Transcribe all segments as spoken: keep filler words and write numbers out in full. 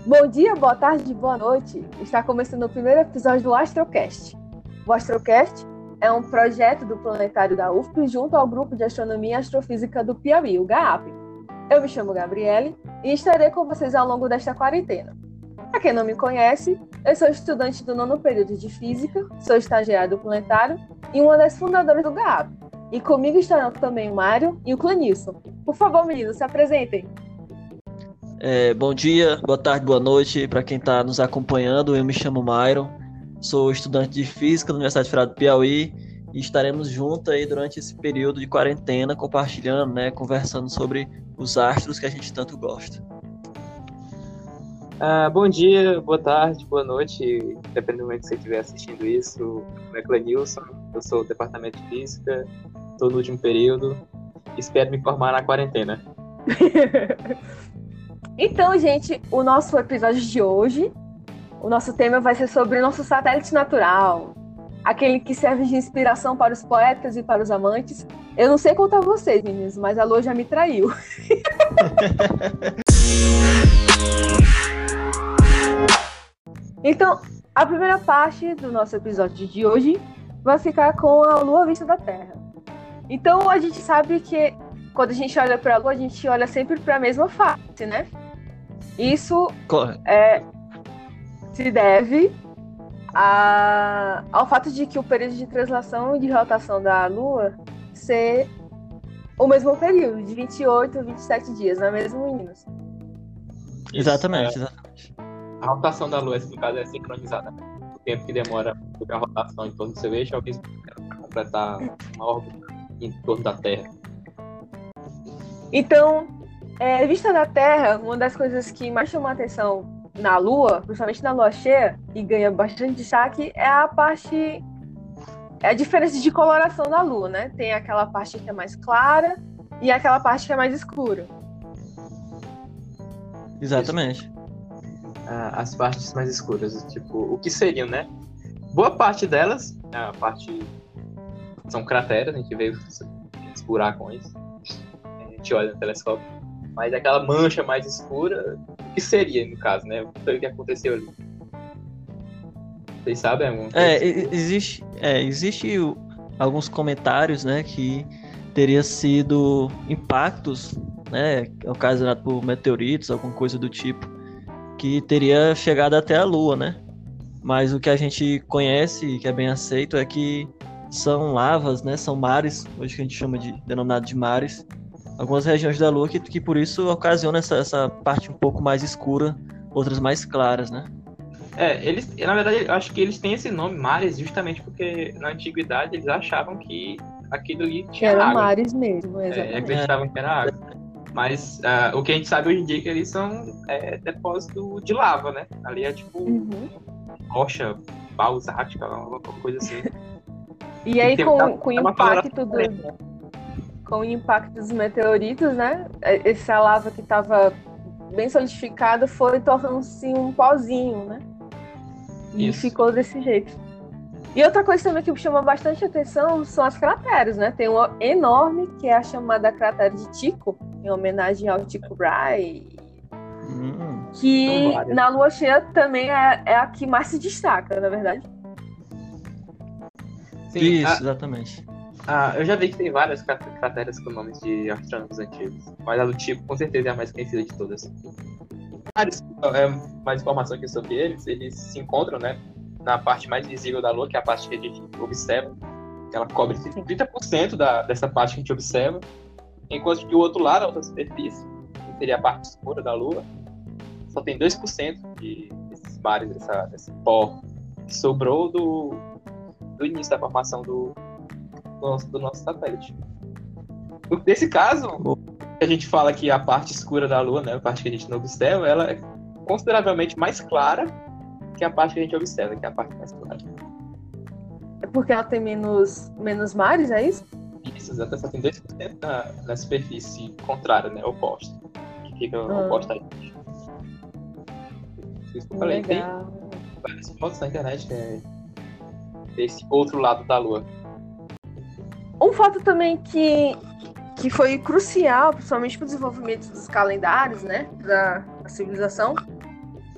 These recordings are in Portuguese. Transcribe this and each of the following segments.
Bom dia, boa tarde, boa noite. Está começando o primeiro episódio do Astrocast. O Astrocast é um projeto do Planetário da U F P A junto ao Grupo de Astronomia e Astrofísica do Piauí, o GAAP. Eu me chamo Gabriele e estarei com vocês ao longo desta quarentena. Para quem não me conhece, eu sou estudante do nono período de Física, sou estagiária do Planetário e uma das fundadoras do GAAP. E comigo estarão também o Mário e o Clenilson. Por favor, meninos, se apresentem. É, bom dia, boa tarde, boa noite para quem está nos acompanhando. Eu me chamo Myron, sou estudante de Física da Universidade Federal do Piauí e estaremos juntos aí durante esse período de quarentena, compartilhando, né, conversando sobre os astros que a gente tanto gosta. Ah, bom dia, boa tarde, boa noite, dependendo do momento que você estiver assistindo isso. Meu nome é Clenilson, eu sou do Departamento de Física, estou no último período, espero me formar na quarentena. Então, gente, o nosso episódio de hoje, o nosso tema vai ser sobre o nosso satélite natural, aquele que serve de inspiração para os poetas e para os amantes. Eu não sei contar vocês, meninos, mas a Lua já me traiu. Então, a primeira parte do nosso episódio de hoje vai ficar com a Lua vista da Terra. Então, a gente sabe que quando a gente olha para a Lua, a gente olha sempre para a mesma face, né? Isso é, se deve a, ao fato de que o período de translação e de rotação da Lua ser o mesmo período, de vinte e oito a vinte e sete dias, não é mesmo, meninos? Exatamente, é, exatamente. A rotação da Lua, no caso, é sincronizada. O tempo que demora a rotação em torno do seu eixo é o mesmo para completar uma órbita em torno da Terra. Então, é, vista da Terra, uma das coisas que mais chama a atenção na Lua, principalmente na Lua cheia, e ganha bastante destaque, é a parte, é a diferença de coloração da Lua, né? Tem aquela parte que é mais clara e aquela parte que é mais escura. Exatamente. Ah, as partes mais escuras, tipo, o que seriam, né? Boa parte delas, a parte são crateras, a gente vê os buracões, a gente olha no telescópio, mas aquela mancha mais escura, o que seria, no caso, né? O que foi que aconteceu ali? Vocês sabem? Alguma coisa? É, existe, é, existe o, alguns comentários, né, que teria sido impactos, né, ocasionados por meteoritos, alguma coisa do tipo, que teria chegado até a Lua, né? Mas o que a gente conhece e que é bem aceito é que são lavas, né? São mares, hoje que a gente chama de denominado de mares, algumas regiões da Lua que, que por isso ocasiona essa, essa parte um pouco mais escura, outras mais claras, né? É, eles, na verdade, eu acho que eles têm esse nome, mares, justamente porque na antiguidade eles achavam que aquilo ali tinha Eram água. mares mesmo, exatamente. É, acreditavam que era água. Mas uh, o que a gente sabe hoje em dia é que eles são é, depósito de lava, né? Ali é tipo Uhum. rocha basática, alguma coisa assim. E aí, com, Uma, com o uma impacto do, com o impacto dos meteoritos, né? Essa lava que estava bem solidificada foi tornando-se um pozinho, né? E Isso. ficou desse jeito. E outra coisa também que me chama bastante atenção são as crateras, né? Tem uma enorme, que é a chamada cratera de Tycho, em homenagem ao Tycho Brahe, Hum. que na Lua cheia também é, é a que mais se destaca, na verdade. Sim, Isso, a, exatamente. a, eu já vi que tem várias crateras com nomes de astrônomos antigos, mas a do Tycho com certeza é a mais conhecida de todas. É, mais informação aqui sobre eles, eles se encontram, né, na parte mais visível da Lua, que é a parte que a gente observa, que ela cobre trinta por cento da, dessa parte que a gente observa, enquanto que o outro lado, a outra superfície, que seria a parte escura da Lua, só tem dois por cento de, desses mares, dessa, desse pó que sobrou do, do início da formação do, do, nosso, do nosso satélite. Nesse caso, a gente fala que a parte escura da Lua, né, a parte que a gente não observa, ela é consideravelmente mais clara que a parte que a gente observa, que é a parte mais clara. É porque ela tem menos, menos mares, é isso? Isso, exatamente. Só tem dois por cento na, na superfície contrária, né? Oposta. Que fica Ah. oposta a gente. Isso que eu falei. Tem várias fotos na internet, né? Desse outro lado da Lua. Um fato também que, que foi crucial, principalmente para o desenvolvimento dos calendários, né? Da, da civilização,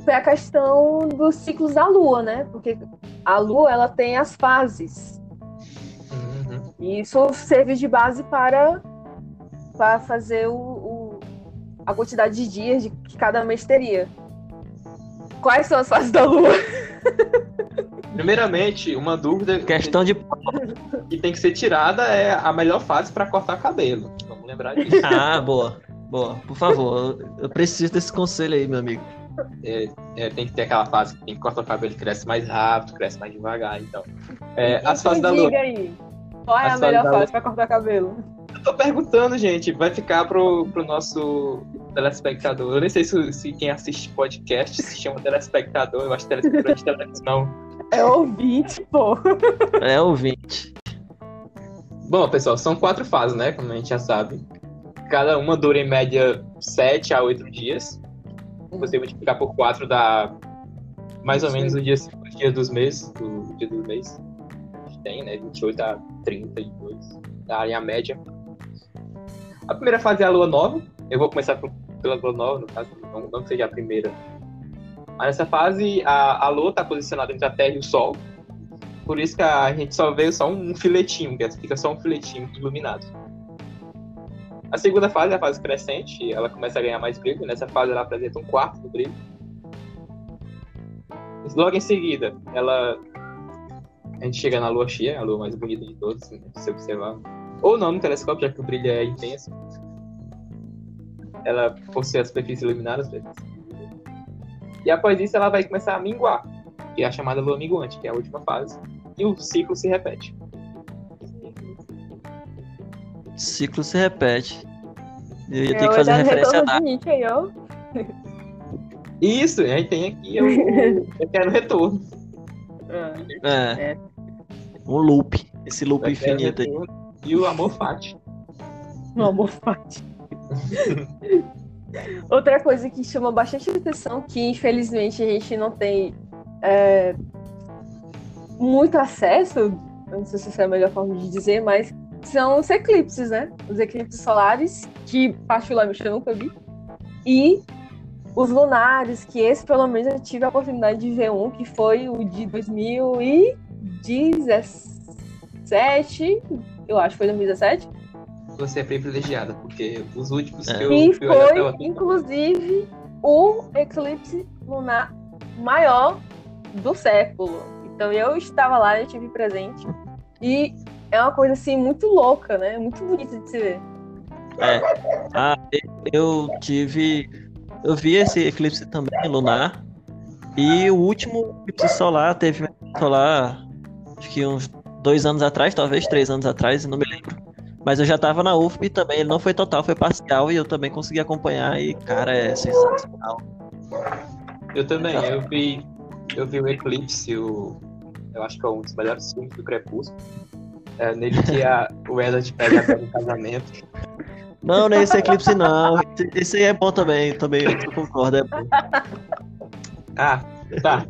foi a questão dos ciclos da Lua, né? Porque a Lua, ela tem as fases. Uhum. E isso serve de base para, para fazer o, o, a quantidade de dias de, que cada mês teria. Quais são as fases da Lua? Primeiramente, uma dúvida Questão de. que tem que ser tirada é a melhor fase para cortar cabelo. Vamos lembrar disso. Ah, boa. Boa. Por favor, eu preciso desse conselho aí, meu amigo. É, é, tem que ter aquela fase que tem que cortar o cabelo, cresce mais rápido, cresce mais devagar. Então, é, as fases da Lua. Diga aí, qual é As a fases melhor da fase Lua. para cortar cabelo? Eu tô perguntando, gente. Vai ficar pro, pro nosso telespectador. Eu nem sei se, se quem assiste podcast se chama telespectador. Eu acho que telespectador de televisão. É ouvinte, pô. É ouvinte. Bom, pessoal, são quatro fases, né? Como a gente já sabe. Cada uma dura em média sete a oito dias. Você multiplicar por quatro dá mais ou menos o dia, os dias dos meses. O dia dos meses. A gente tem, né? vinte e oito a trinta e dois. Dá a média. A primeira fase é a lua nova. Eu vou começar por, pela lua nova, no caso, não, não que seja a primeira. Mas nessa fase, a, a lua está posicionada entre a Terra e o Sol. Por isso que a gente só vê só um filetinho, que fica só um filetinho iluminado. A segunda fase é a fase crescente, ela começa a ganhar mais brilho. Nessa fase ela apresenta um quarto do brilho. Logo em seguida, ela a gente chega na lua cheia, a lua mais bonita de todas, se você observar. Ou não no telescópio, já que o brilho é intenso. Ela possui a superfície iluminada. E após isso ela vai começar a minguar, que é a chamada lua minguante, que é a última fase. E o ciclo se repete. Ciclo se repete. Eu ia ter Eu que fazer já referência a retorno nada. de Nietzsche aí, ó. Isso, a gente tem aqui o eterno retorno. É. Um loop. Esse loop infinito aí. E o amor fati. Um amor fati. Outra coisa que chama bastante atenção, que infelizmente a gente não tem é, muito acesso, eu não sei se essa é a melhor forma de dizer, mas são os eclipses, né? Os eclipses solares, que particularmente eu nunca vi, e os lunares, que esse pelo menos eu tive a oportunidade de ver um, que foi o de dois mil e dezessete, eu acho que foi dois mil e dezessete. Você é privilegiada, porque os últimos É. que eu E fui olhar foi, tava- inclusive, o eclipse lunar maior do século. Então eu estava lá, eu tive presente. E é uma coisa assim muito louca, né? Muito bonita de se ver. É. Ah, eu tive. Eu vi esse eclipse também lunar. E o último eclipse solar teve um eclipse solar, acho que uns dois anos atrás, talvez três anos atrás, não me lembro. Mas eu já tava na U F P também, ele não foi total, foi parcial e eu também consegui acompanhar e, cara, é sensacional. Eu também, eu vi, eu vi o Eclipse, o, eu acho que é um dos melhores filmes do Crepúsculo. É, nele que a, o Edward pega a Bella no casamento. Não, não é esse eclipse não, esse, esse aí é bom também, também eu concordo, é bom. Ah, tá.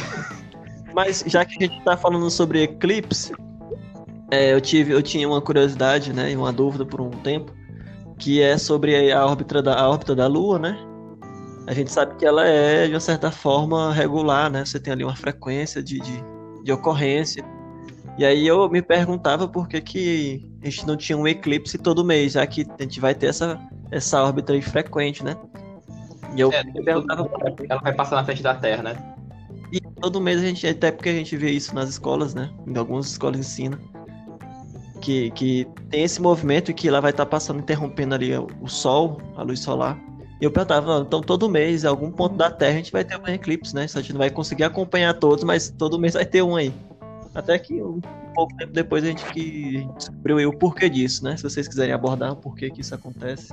Mas já que a gente tá falando sobre eclipse, é, eu, tive, eu tinha uma curiosidade, né, e uma dúvida por um tempo, que é sobre a órbita da, a órbita da Lua, né? A gente sabe que ela é, de uma certa forma, regular, né? Você tem ali uma frequência de, de, de ocorrência. E aí eu me perguntava por que, que a gente não tinha um eclipse todo mês, já que a gente vai ter essa, essa órbita aí frequente, né? E eu É, me perguntava por ela vai passar na frente da Terra, né? E todo mês a gente, até porque a gente vê isso nas escolas, né? Em algumas escolas ensina que, que tem esse movimento e que ela vai estar passando, interrompendo ali o, o sol, a luz solar. E eu perguntava, então todo mês, em algum ponto da Terra, a gente vai ter um eclipse, né? A gente não vai conseguir acompanhar todos, mas todo mês vai ter um aí. Até que um pouco tempo depois a gente, que, a gente descobriu aí o porquê disso, né? Se vocês quiserem abordar o porquê que isso acontece.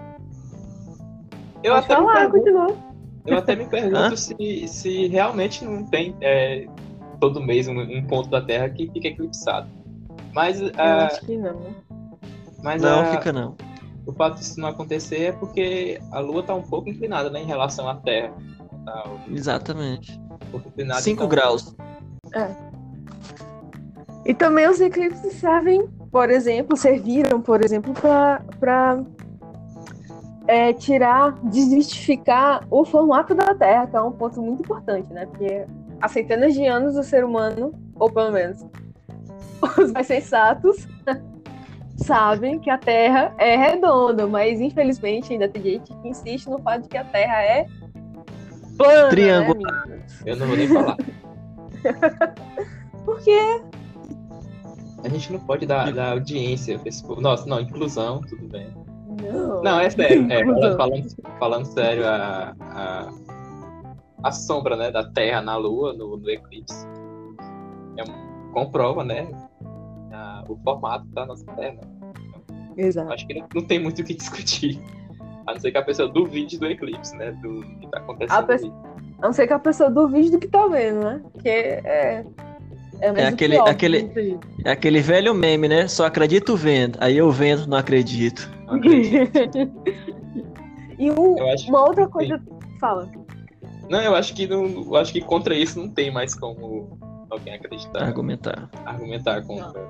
Eu Pode até, me falar, pergunto, continua. eu até me pergunto Hã? se, se realmente não tem é, todo mês um, um ponto da Terra que fica eclipsado. Mas, Eu ah, acho que não. mas Não, ah, fica não. o fato disso não acontecer é porque a Lua está um pouco inclinada, né, em relação à Terra. Tá Exatamente. um pouco inclinada, cinco então- graus. E também os eclipses servem, por exemplo, serviram, por exemplo, para é tirar, desmistificar o formato da Terra, que é um ponto muito importante, né? Porque há centenas de anos o ser humano, ou pelo menos os mais sensatos, sabem que a Terra é redonda, mas infelizmente ainda tem gente que insiste no fato de que a Terra é plana, Triângulo. né, meninas? Eu não vou nem falar. Por quê? A gente não pode dar, dar audiência pra esse povo. Nossa, não, inclusão, tudo bem. Não, Não, é sério. É, Inclusão. falando, falando sério, a, a, a sombra, né, da Terra na Lua, no, no eclipse, é um, comprova, né, a, o formato da nossa Terra. Exato. Acho que não, não tem muito o que discutir. A não ser que a pessoa duvide do eclipse, né, do que tá acontecendo A pessoa- ali. A não ser que a pessoa duvide do que tá vendo, né? Porque é. É, mais É do aquele- que óbvio, aquele- muito isso. É aquele velho meme, né? Só acredito vendo. Aí eu vendo, não acredito. Não acredito. E um- Eu acho uma outra que coisa. Fala. Não, eu acho que não, eu acho que contra isso não tem mais como alguém acreditar, Argumentar. argumentar contra.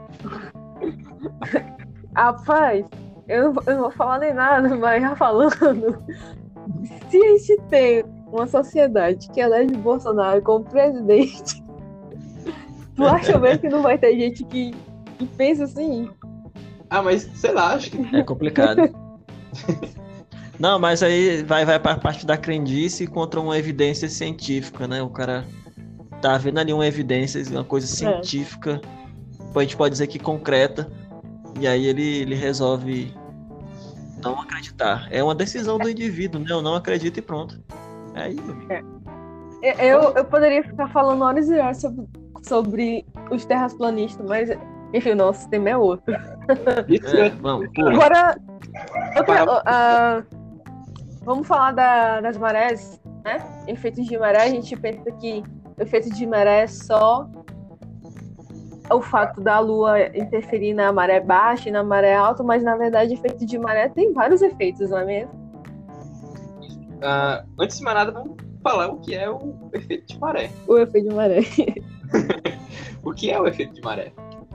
Rapaz, eu não, vou- eu não vou falar nem nada, mas já falando. Se a gente tem uma sociedade que elege Bolsonaro como presidente, tu acha mesmo que não vai ter gente que, que pensa assim? Ah, mas sei lá, acho que É complicado. Não, mas aí vai, vai para a parte da crendice contra uma evidência científica, né? O cara tá vendo ali uma evidência, uma coisa científica, a gente pode dizer que concreta, e aí ele, ele resolve não acreditar. É uma decisão do indivíduo, né? Eu não acredito e pronto. É aí, meu amigo. Eu, eu poderia ficar falando horas e horas sobre, sobre os terraplanistas, mas enfim, o nosso tema é outro. isso É, é. vamos, pula. Agora, outra- ah, vamos falar da- das marés, né? Efeitos de maré, a gente pensa que o efeito de maré é só o fato da Lua interferir na maré baixa e na maré alta, mas na verdade o efeito de maré tem vários efeitos, não é mesmo? Ah, antes de mais nada, vamos falar o que é o efeito de maré. O efeito de maré. O que é o efeito de maré?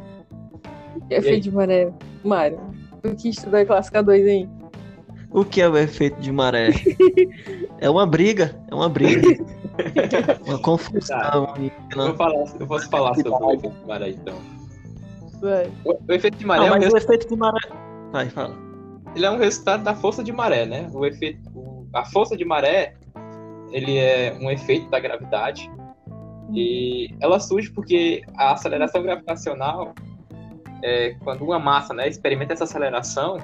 Efeito de maré. Mário, tu que estudou em clássica dois aí? O que é o efeito de maré? É uma briga, é uma briga. Uma confusão. Eu, vou falar, eu posso falar sobre o efeito de maré, então. Vai. O, o efeito de maré Não, é um mas o res- efeito de maré. Vai, fala. ele é um resultado da força de maré, né? O efeito, o- a força de maré, ele é um efeito da gravidade e ela surge porque a aceleração gravitacional, é, quando uma massa, né, experimenta essa aceleração,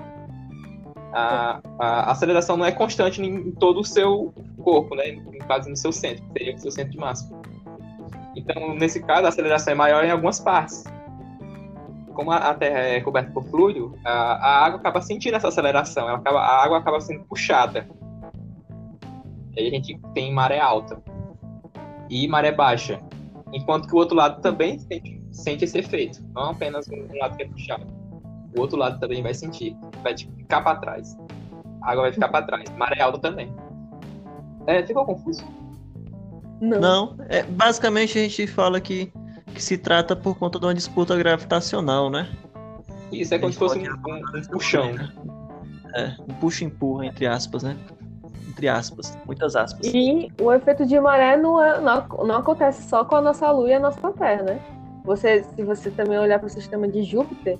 a, a aceleração não é constante em, em todo o seu corpo, né? No caso, no seu centro, que seria o seu centro de massa. Então, nesse caso, a aceleração é maior em algumas partes. Como a, a Terra é coberta por fluido, a, a água acaba sentindo essa aceleração, ela acaba, a água acaba sendo puxada. E aí a gente tem maré alta e maré baixa. Enquanto que o outro lado também sente, sente esse efeito. Não apenas um lado que é puxado. O outro lado também vai sentir. Vai tipo, ficar para trás. A água vai ficar para trás. Maré alta também. É, ficou confuso? Não. Não, é, basicamente a gente fala que, que se trata por conta de uma disputa gravitacional, né? Isso é como se fosse um, um, um puxão. É, um puxa-empurra, entre aspas, né? Entre aspas, muitas aspas. E o efeito de maré não, é, não, não acontece só com a nossa Lua e a nossa Terra, né? Você, se você também olhar para o sistema de Júpiter,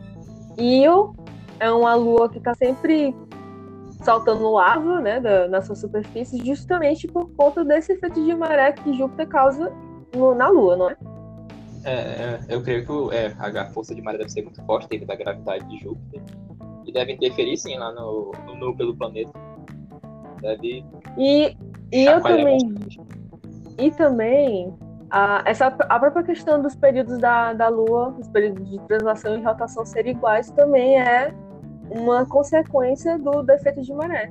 Io é uma lua que está sempre soltando lava, né, da, na sua superfície, justamente por conta desse efeito de maré que Júpiter causa no, na Lua, não é? É, é, eu creio que o- é, a força de maré deve ser muito forte devido à gravidade de Júpiter. E deve interferir, sim, lá no, no núcleo do planeta. Deve E, e eu chacoalhar também bastante. E também a, essa, a própria questão dos períodos da, da Lua, os períodos de translação e rotação serem iguais, também é uma consequência do, do efeito de maré.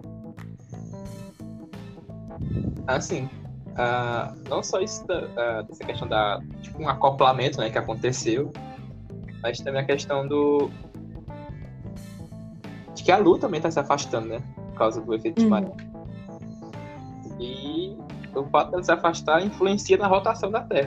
Assim, ah, não só isso da, ah, dessa questão da tipo um acoplamento, né, que aconteceu, mas também a questão do de que a Lua também está se afastando, né, por causa do efeito de Uhum. maré. E o fato dela se afastar influencia na rotação da Terra.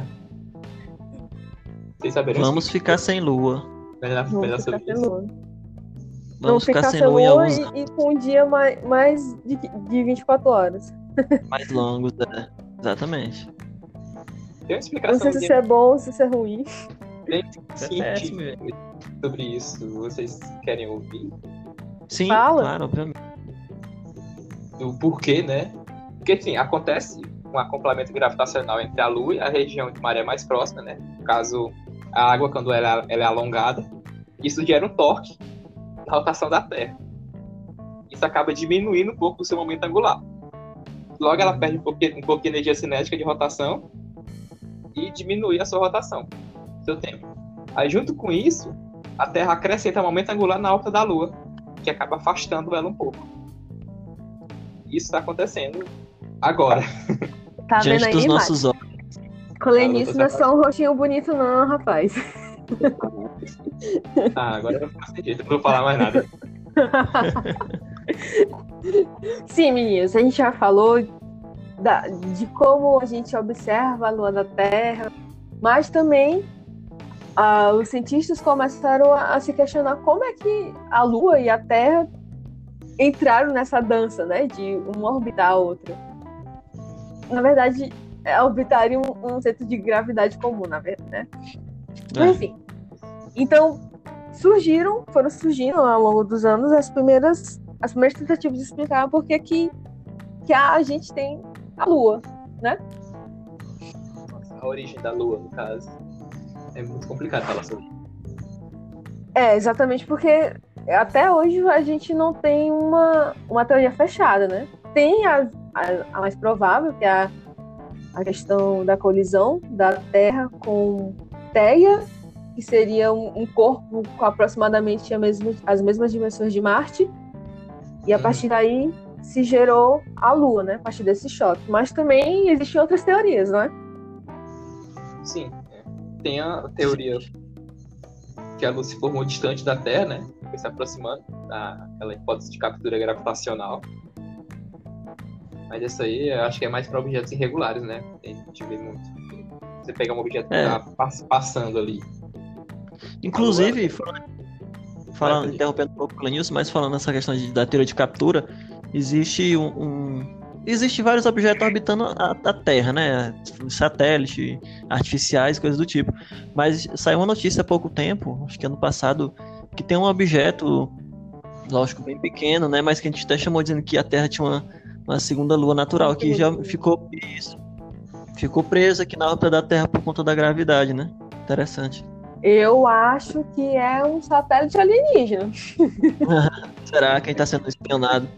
Vocês saberão Vamos ficar sem lua. melhor, Vamos melhor ficar sobre sem isso? Lua. Não Vamos ficar ficar sem sem lua em lua alguns e, anos e com um dia mais, mais de, de vinte e quatro horas. mais longos, né? Exatamente. Tem uma Eu não sei explicação se isso é bom ou se isso é ruim. bem É péssimo, científica sobre isso. Vocês querem ouvir? Sim, Fala. claro, obviamente. Do porquê, né? Porque, assim, acontece um acoplamento gravitacional entre a Lua e a região de maré mais próxima, né? No caso, a água, quando ela, ela é alongada, isso gera um torque na rotação da Terra. Isso acaba diminuindo um pouco o seu momento angular. Logo, ela perde um pouquinho, um pouco de energia cinética de rotação e diminui a sua rotação, seu tempo. Aí, junto com isso, a Terra acrescenta momento angular na órbita da Lua, que acaba afastando ela um pouco. Isso está acontecendo agora. Tá vendo Diante aí, dos Mari? nossos olhos. Colenice não é só um rostinho bonito, não, rapaz. Ah, agora eu não faço jeito, não vou falar mais nada. Sim, meninos, a gente já falou da, de como a gente observa a lua da Terra, mas também ah, os cientistas começaram a, a se questionar como é que a Lua e a Terra entraram nessa dança, né, de uma orbitar a outra. Na verdade, é orbitar em um, um centro de gravidade comum, na verdade, né? Mas, enfim. Então, surgiram, foram surgindo ao longo dos anos as primeiras, as primeiras tentativas de explicar por que que, que a gente tem a Lua, né? A origem da Lua, no caso. É muito complicado falar sobre isso. É, exatamente porque até hoje a gente não tem uma, uma teoria fechada, né? Tem a, a, a mais provável, que é a, a questão da colisão da Terra com Theia, que seria um, um corpo com aproximadamente a mesma, as mesmas dimensões de Marte, e a partir daí se gerou a Lua, né? A partir desse choque. Mas também existem outras teorias, não é? Sim. É. Tem a teoria que a Lua se formou distante da Terra, né? Foi se aproximando daquela hipótese de captura gravitacional. Mas essa aí eu acho que é mais para objetos irregulares, né? A gente vê muito. Você pega um objeto que É. tá passando ali. Inclusive, falando, falando interrompendo um pouco o Clenilson, mas falando nessa questão de, da teoria de captura, existe um, um- existe vários objetos orbitando a, a Terra, né? Satélites, artificiais, coisas do tipo. Mas saiu uma notícia há pouco tempo, acho que ano passado, que tem um objeto, lógico, bem pequeno, né? Mas que a gente até chamou dizendo que a Terra tinha uma, uma segunda lua natural, que já ficou isso, ficou presa aqui na órbita da Terra por conta da gravidade, né? Interessante. Eu acho que é um satélite alienígena. Será que a gente tá sendo espionado?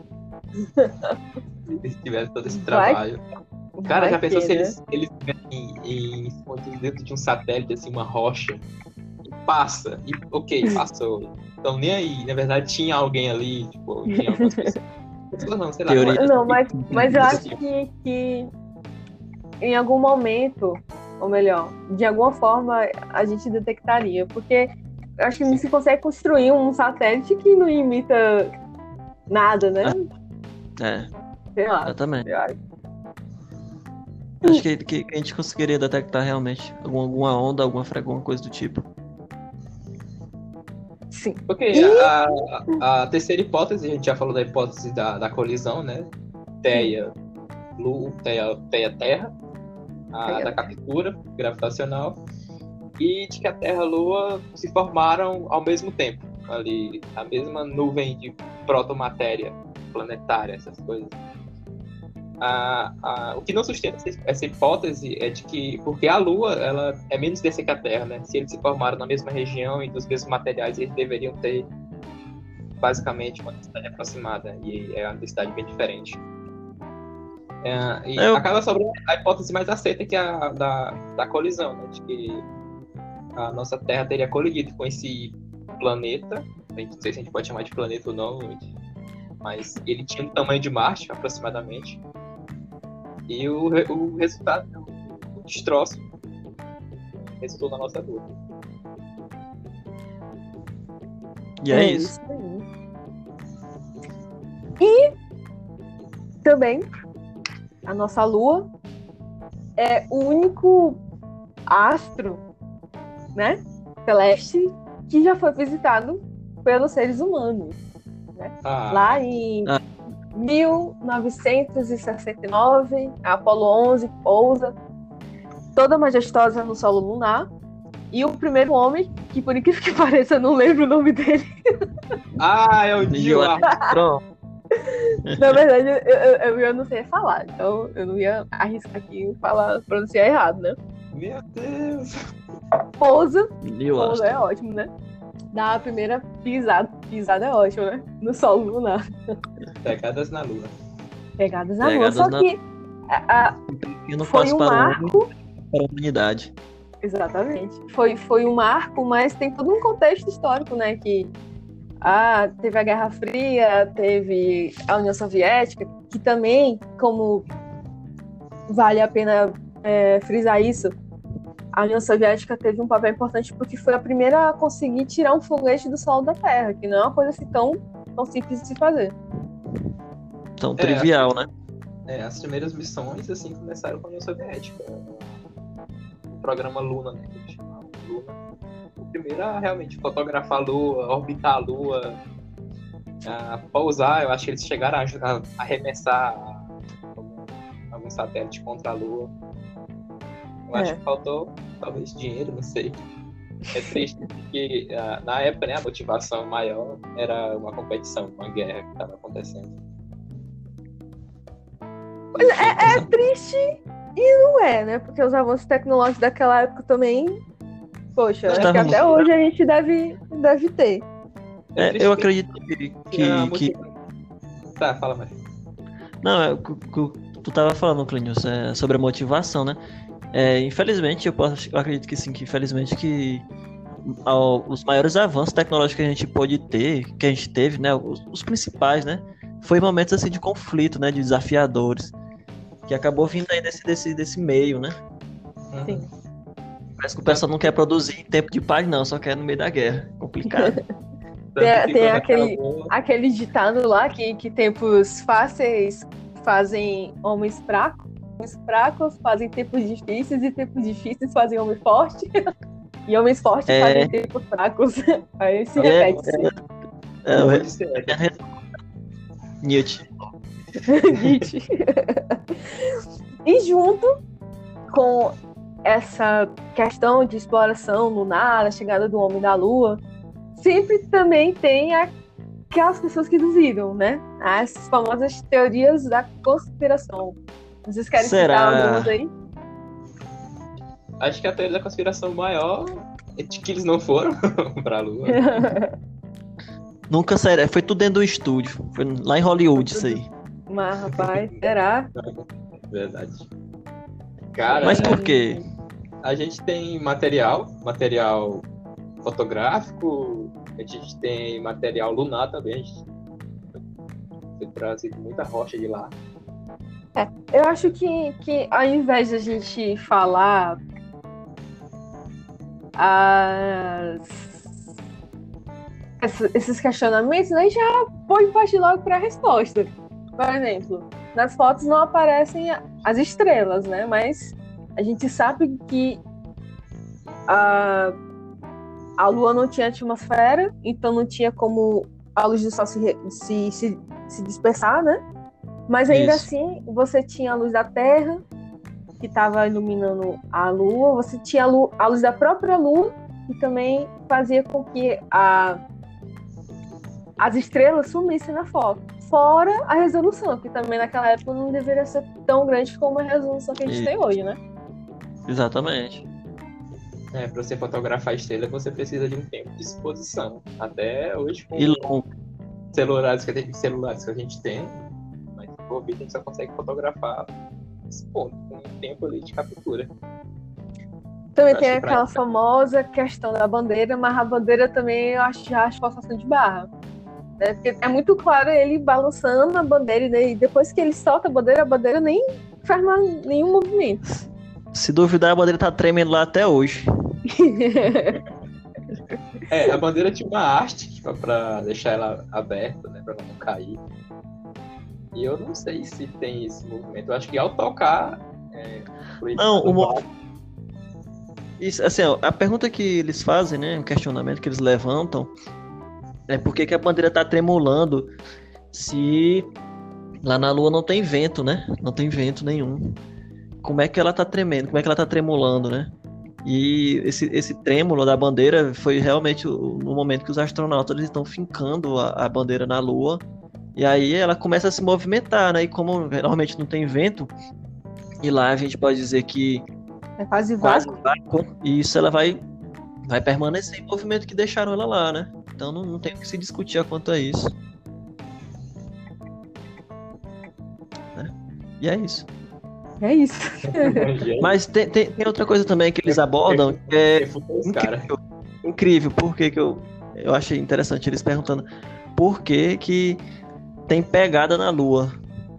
Eles tiveram todo esse Vai- trabalho. Cara, Vai já pensou que, se né? eles, eles em, em escondidos dentro de um satélite, assim, uma rocha, e passa, e ok, passou. Então nem aí, na verdade tinha alguém ali, tipo, tinha algumas pessoas. Pessoas não, sei lá. Teoria. Não, mas, mas eu acho Tipo, que, que em algum momento, ou melhor, de alguma forma a gente detectaria, porque eu acho que não se consegue construir um satélite que não imita nada, né? É, Sei lá. exatamente. Eu acho. Acho que, que, que a gente conseguiria detectar realmente alguma, alguma onda, alguma frequência, alguma coisa do tipo. Sim. Porque E- a, a, a terceira hipótese, a gente já falou da hipótese da, da colisão, né? Teia, Lua, Teia, Teia Terra, a Teia. da captura gravitacional, e de que a Terra e a Lua se formaram ao mesmo tempo. Ali, a mesma nuvem de protomatéria planetária, essas coisas. A, a, o que não sustenta essa, essa hipótese é de que, porque a Lua ela é menos densa que a Terra, né? Se eles se formaram na mesma região e dos mesmos materiais, eles deveriam ter basicamente uma densidade aproximada, e é uma densidade bem diferente. É, e Eu- acaba sobrando a hipótese mais aceita, que é a da, da colisão, né? De que a nossa Terra teria colidido com esse planeta, a gente- não sei se a gente pode chamar de planeta ou não, mas ele tinha o tamanho de Marte, aproximadamente. E o, re- o resultado, o destroço, resultou na nossa Lua. E é, isso. aí. E também a nossa Lua é o único astro, né, celeste que já foi visitado pelos seres humanos. né? Ah, Lá em Ah. mil novecentos e sessenta e nove, a Apollo onze pousa, toda majestosa no solo lunar. E o primeiro homem, que por incrível que pareça, eu não lembro o nome dele. ah, é o Neil Neil Armstrong. Na verdade, eu, eu, eu não sei falar, então eu não ia arriscar aqui falar, pronunciar errado, né? Meu Deus. Pousa, Neil pousa é Armstrong. ótimo, né? Dá a primeira pisada, pisada é ótimo, né? No solo lunar. Pegadas na lua. Pegadas na Pegadas lua, só na- que a, a, E não foi passo um para o homem, marco. para a humanidade. Exatamente. Foi, foi um marco, mas tem todo um contexto histórico, né? Que ah, teve a Guerra Fria, teve a União Soviética, que também, como vale a pena é, frisar isso, a União Soviética teve um papel importante porque foi a primeira a conseguir tirar um foguete do solo da Terra, que não é uma coisa assim tão, tão simples de se fazer. Tão É, trivial, né? É, as primeiras missões, assim, começaram com a União Soviética. O programa Luna, né? Que a gente chama Luna. O primeiro a realmente fotografar a Lua, orbitar a Lua, a pousar. Eu acho que eles chegaram a a arremessar algum, algum satélite contra a Lua. Eu acho É. que faltou, talvez, dinheiro, não sei. É triste porque, ah, na época, né, a motivação maior era uma competição, uma guerra que estava acontecendo. É, é triste e não é, né? Porque os avanços tecnológicos daquela época também, poxa, Nós é que estávamos- até hoje a gente deve, deve ter. É, triste eu que- acredito que, que, Ah, que- motiva- Tá, fala mais. não, é, o que o que tu tava falando, Clínius, é, sobre a motivação, né? É, infelizmente, eu, posso, eu acredito que sim, que infelizmente que ao- os maiores avanços tecnológicos que a gente pôde ter, que a gente teve, né? Os, os principais, né? Foi momentos assim de conflito, né? De desafiadores, que acabou vindo aí desse, desse, desse meio, né? Sim. Parece que o pessoal não quer produzir em tempo de paz, não, só quer no meio da guerra. Complicado. Tanto Tem- que tem quando aquele- acabou- Aquele ditado lá que, que tempos fáceis fazem homens fracos, homens fracos fazem tempos difíceis e tempos difíceis fazem homens fortes. E homens fortes É. fazem tempos fracos. Aí se É, repete. É, Não o vou dizer, Nietzsche. Nietzsche. E junto com essa questão de exploração lunar, a chegada do homem da Lua, sempre também tem aquelas pessoas que duvidam, né? As famosas teorias da conspiração. Vocês querem Será? citar algumas aí? Acho que a teoria da conspiração maior é de que eles não foram pra Lua. Nunca sério, foi tudo dentro do estúdio. Foi lá em Hollywood isso aí. Mas, rapaz, será? Verdade. Cara, Mas é, por quê? a gente tem material, material fotográfico, a gente tem material lunar também. A gente foi trazido muita rocha de lá. Eu acho que, que ao invés de a gente falar as... essa- esses questionamentos, né, já pode partir logo para a resposta. Por exemplo, nas fotos não aparecem a- as estrelas, né? Mas a gente sabe que a, a Lua não tinha atmosfera, então não tinha como a luz do Sol se, re- se, se, se dispersar, né? Mas ainda Isso. assim, você tinha a luz da Terra, que estava iluminando a Lua, você tinha a, lu- a luz da própria Lua, que também fazia com que a, as estrelas sumissem na foto. Fora a resolução, que também naquela época não deveria ser tão grande como a resolução que a gente Isso. tem hoje, né? Exatamente. É, para você fotografar estrela, você precisa de um tempo de exposição. Até hoje, com E longo. celulares que a gente, celulares que a gente tem, mas por vídeo a gente só consegue fotografar esse ponto, com um tempo ali de captura. Também Eu tem acho que pra- aquela famosa questão da bandeira, mas a bandeira também eu acho, já acho forçação de barra. Né? Porque é muito claro ele balançando a bandeira e daí, depois que ele solta a bandeira, a bandeira nem faz mais nenhum movimento. Se duvidar, a bandeira tá tremendo lá até hoje. É, a bandeira tinha uma haste para deixar ela aberta, né, para ela não cair. E eu não sei se tem esse movimento. Eu acho que ao tocar. É, por isso Não, do o mo- bar- Isso, assim, ó, a pergunta que eles fazem, né, o questionamento que eles levantam É por que que a bandeira tá tremulando se lá na Lua não tem vento, né? Não tem vento nenhum. Como é que ela tá tremendo? Como é que ela tá tremulando, né? E esse, esse trêmulo da bandeira foi realmente o, no momento que os astronautas eles estão fincando a, a bandeira na Lua. E aí ela começa a se movimentar, né? E como normalmente não tem vento, e lá a gente pode dizer que É quase quase vácuo. vácuo, e isso ela vai, vai permanecer em movimento que deixaram ela lá, né? Então não, não tem o que se discutir quanto a isso. Né? E é isso. É isso. Mas tem, tem, tem outra coisa também que eles abordam que é incrível. Incrível, por que que eu, eu achei interessante eles perguntando por que que tem pegada na Lua.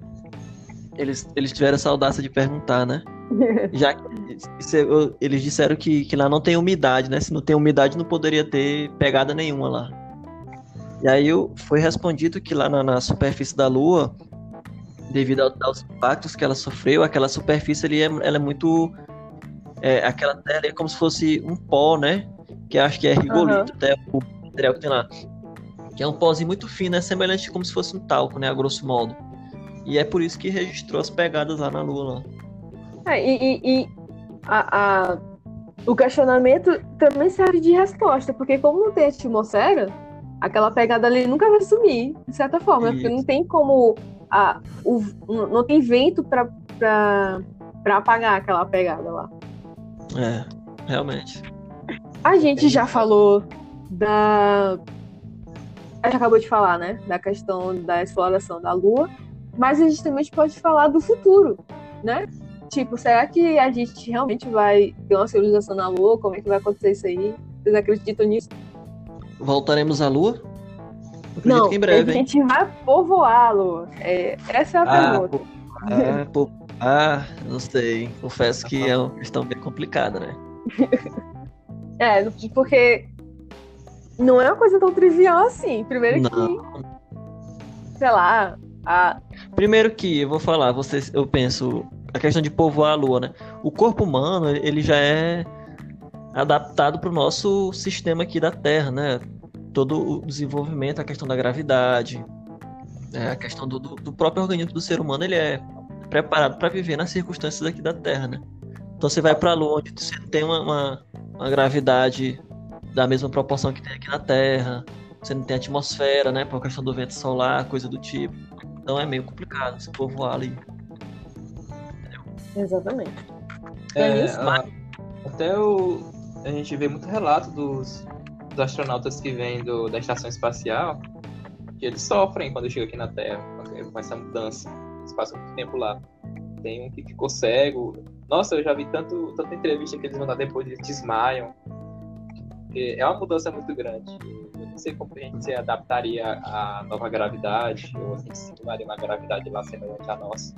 Eles, eles tiveram essa audácia de perguntar, né? Já que eles disseram que, que lá não tem umidade, né? Se não tem umidade, não poderia ter pegada nenhuma lá. E aí foi respondido que lá na, na superfície da Lua, devido aos impactos que ela sofreu, aquela superfície ali é, ela é muito... É, aquela terra é como se fosse um pó, né? Que acho que é rigolito, uhum. Até o material que tem lá. Que é um pózinho muito fino, é semelhante como se fosse um talco, né? A grosso modo. E é por isso que registrou as pegadas lá na Lua. Lá. É, e e, e a, a, o questionamento também serve de resposta, porque como não tem atmosfera, aquela pegada ali nunca vai sumir, de certa forma, né? Porque não tem como... A, o, não tem vento pra, pra, pra apagar aquela pegada lá. É, realmente. A gente já falou da... A gente acabou de falar, né? Da questão da exploração da Lua, mas a gente também pode falar do futuro, né? Tipo, será que a gente realmente vai ter uma civilização na Lua? Como é que vai acontecer isso aí? Vocês acreditam nisso? Voltaremos à Lua? Não, que em breve, a gente hein? vai povoá-lo. É, essa é a ah, pergunta. Pô, ah, pô, ah, não sei. Confesso que é uma questão bem complicada, né? É, porque não é uma coisa tão trivial assim. Primeiro não. que, sei lá... A... Primeiro que, eu vou falar, vocês, eu penso, a questão de povoar a Lua, né? O corpo humano, ele já é adaptado para o nosso sistema aqui da Terra, né? Todo o desenvolvimento, a questão da gravidade, é, a questão do, do próprio organismo do ser humano, ele é preparado para viver nas circunstâncias aqui da Terra, né? Então você vai para a Lua, onde você tem uma, uma, uma gravidade da mesma proporção que tem aqui na Terra, você não tem atmosfera, né? Por questão do vento solar, coisa do tipo. Então é meio complicado se povoar ali. Entendeu? Exatamente. É, a, até o, a gente vê muito relato dos dos astronautas que vêm do, da estação espacial, que eles sofrem quando chegam aqui na Terra, com essa mudança. Eles passam muito tempo lá. Tem um que ficou cego. Nossa, eu já vi tanto, tanta entrevista que eles vão dar depois, eles desmaiam. Porque é uma mudança muito grande. Eu não sei como a gente se adaptaria à nova gravidade, ou a gente simularia uma gravidade lá semelhante à nossa.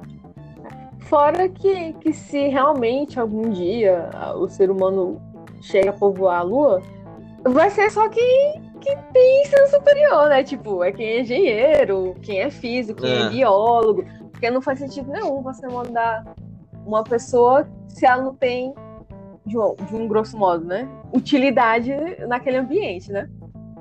Fora que, que se realmente algum dia o ser humano chega a povoar a Lua, vai ser só quem, quem tem ensino superior, né? Tipo, é quem é engenheiro, quem é físico, quem é, é biólogo. Porque não faz sentido nenhum você mandar uma pessoa se ela não tem, de um, de um grosso modo, né? Utilidade naquele ambiente, né?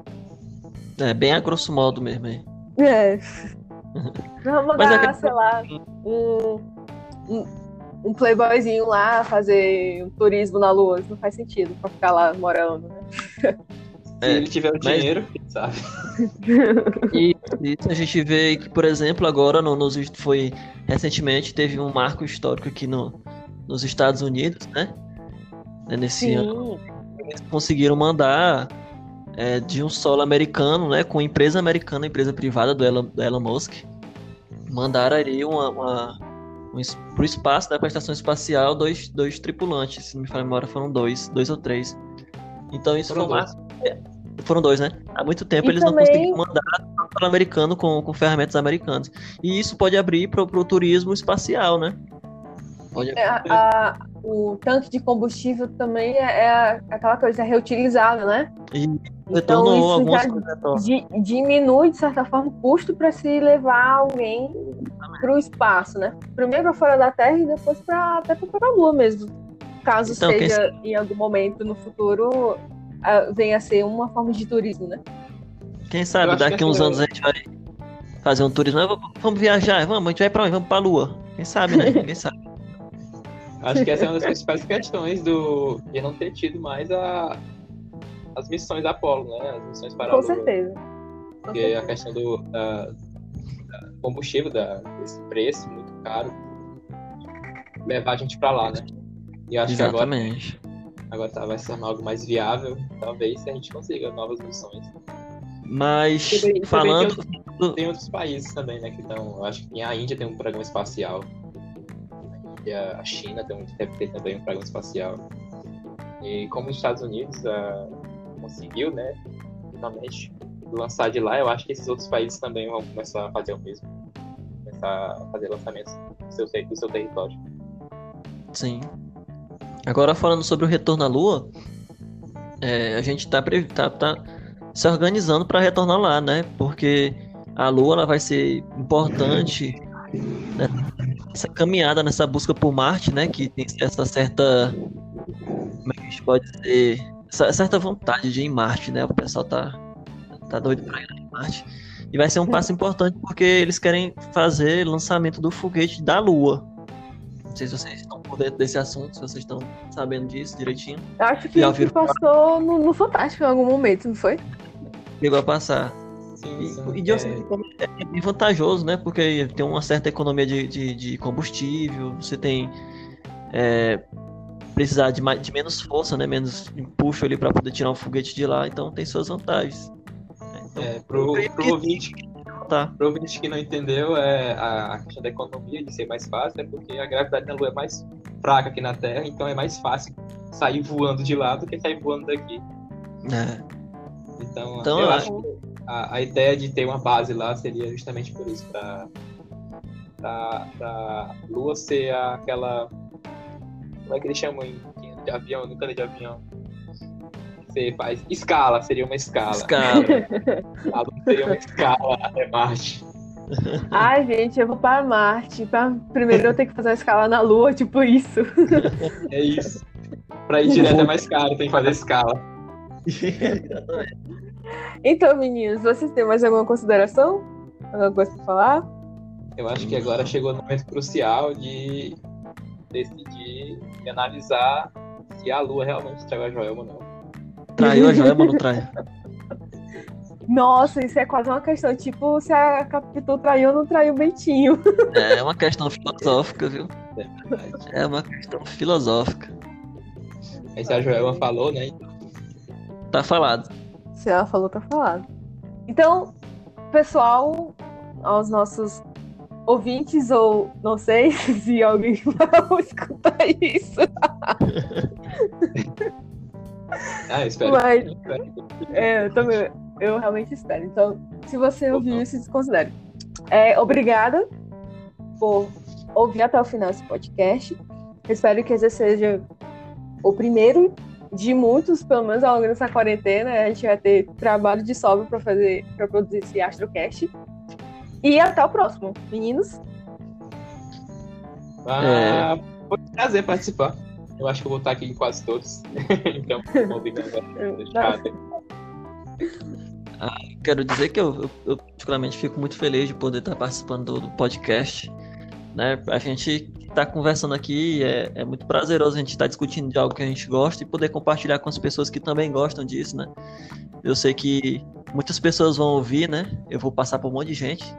É, bem a grosso modo mesmo aí. É. Vamos mandar, é que... sei lá, um, um, um playboyzinho lá fazer um turismo na Lua. Isso não faz sentido pra ficar lá morando, né? Se é, ele tiver o dinheiro, mas... quem sabe? E isso a gente vê que, por exemplo, agora no, nos, foi recentemente teve um marco histórico aqui no, nos Estados Unidos, né? Nesse Sim. ano. Eles conseguiram mandar é, de um solo americano, né? Com empresa americana, empresa privada do Elon, do Elon Musk. Mandaram ali uma, uma, um, pro espaço da estação espacial dois, dois tripulantes. Se não me falha a memória, foram dois, dois ou três. Então isso foram foi dois. Uma... Foram dois, né? Há muito tempo e eles também... não conseguiram mandar para o americano com, com ferramentas americanas. E isso pode abrir para o turismo espacial, né? Pode abrir. É, a, o tanque de combustível também é, é aquela coisa reutilizável, né? E então isso algumas já coisas, di, diminui, de certa forma, o custo para se levar alguém para o espaço, né? Primeiro para fora da Terra e depois pra, até para a Lua mesmo. Caso então, seja, quem... em algum momento no futuro, uh, venha a ser uma forma de turismo, né? Quem Eu sabe acho que daqui uns essa- anos a gente vai fazer um turismo. Ah, vamos viajar, vamos, a gente vai pra onde? Vamos pra Lua. Quem sabe, né? Quem sabe. Acho que essa é uma das principais questões do de não ter tido mais a, as missões Apollo, né? As missões para a Com Lua. certeza. Com Porque certeza. a questão do da, da combustível, da, desse preço muito caro, levar a gente para lá, né? E eu acho Exatamente. que agora, agora tá, vai ser algo mais viável, talvez, se a gente consiga novas missões. Mas, E também- falando. também Tem outros países também, né? Que estão. Eu acho que a Índia tem um programa espacial. E a China tem um, deve ter também um programa espacial. E como os Estados Unidos ah, conseguiu, né? Finalmente lançar de lá, eu acho que esses outros países também vão começar a fazer o mesmo. Começar a fazer lançamentos do seu, ter- do seu território. Sim. Agora falando sobre o retorno à Lua, é, a gente tá, pre- tá, tá se organizando para retornar lá, né? Porque a Lua ela vai ser importante, né? Essa caminhada, nessa busca por Marte, né? Que tem essa certa, como é que a gente pode dizer, essa certa vontade de ir em Marte, né? O pessoal tá, tá doido pra ir em Marte. E vai ser um passo importante porque eles querem fazer lançamento do foguete da Lua. Não sei se vocês estão por dentro desse assunto, se vocês estão sabendo disso direitinho. Eu acho que, Já que ouviram passou no, no Fantástico em algum momento, não foi? Chegou a passar. Sim, E, sim. e de uma certa forma, é bem vantajoso, né? Porque tem uma certa economia de, de, de combustível, você tem é, precisar de, mais, de menos força, né? Menos empuxo ali para poder tirar um foguete de lá, então tem suas vantagens. Então, É, pro, creio pro, que- ouvinte, tá. pro ouvinte que não entendeu, é, a, a questão da economia de ser mais fácil é porque a gravidade na Lua é mais fraca que na Terra, então é mais fácil sair voando de lá do que sair voando daqui. É. Então, Então, eu é. acho que a, a ideia de ter uma base lá seria justamente por isso, para a Lua ser aquela. Como é que eles chamam em de avião? Nunca andei de avião. Você faz escala, seria uma escala. Escala. A Lua seria uma escala até Marte. Ai, gente, eu vou para Marte. Pra... Primeiro eu tenho que fazer uma escala na Lua, tipo isso. É isso. Pra ir direto é mais caro, tem que fazer escala. Então, meninos, vocês têm mais alguma consideração? Alguma coisa pra falar? Eu acho que agora chegou no momento crucial de decidir e analisar se a Lua realmente traiu a Joelma ou não. Traiu a Joelma ou não traiu? Nossa, isso é quase uma questão, tipo, se a Capitu traiu ou não traiu o Bentinho. É uma questão filosófica, viu? É verdade. É uma questão filosófica. Aí se a Joelma falou, né? Tá falado. Se ela falou, tá falado. Então, pessoal, aos nossos ouvintes, ou não sei se alguém vai escutar isso, Ah, eu espero. mas eu espero. é, eu também, eu realmente espero. Então, se você ouviu isso, desconsidere. É, obrigada por ouvir até o final esse podcast. Eu espero que esse seja o primeiro de muitos, pelo menos ao longo dessa quarentena. A gente vai ter trabalho de sobra para fazer, para produzir esse Astrocast. E até o próximo, meninos. Ah, foi um prazer participar. Eu acho que eu vou estar aqui em quase todos. Então, obrigado. Quero dizer que eu, eu, eu particularmente fico muito feliz de poder estar participando do, do podcast, né? A gente estar conversando aqui é, é muito prazeroso a gente estar discutindo de algo que a gente gosta e poder compartilhar com as pessoas que também gostam disso, né? Eu sei que muitas pessoas vão ouvir, né? Eu vou passar por um monte de gente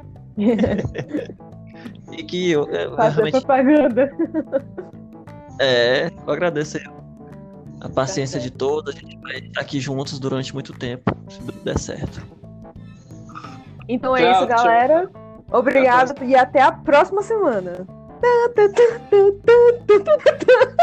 e que eu, eu Fazer realmente propaganda. é, eu agradeço aí a paciência de todos. A gente vai estar aqui juntos durante muito tempo, se tudo der certo. Então é Tchau, isso, galera. tchau. Obrigado e até a próxima semana.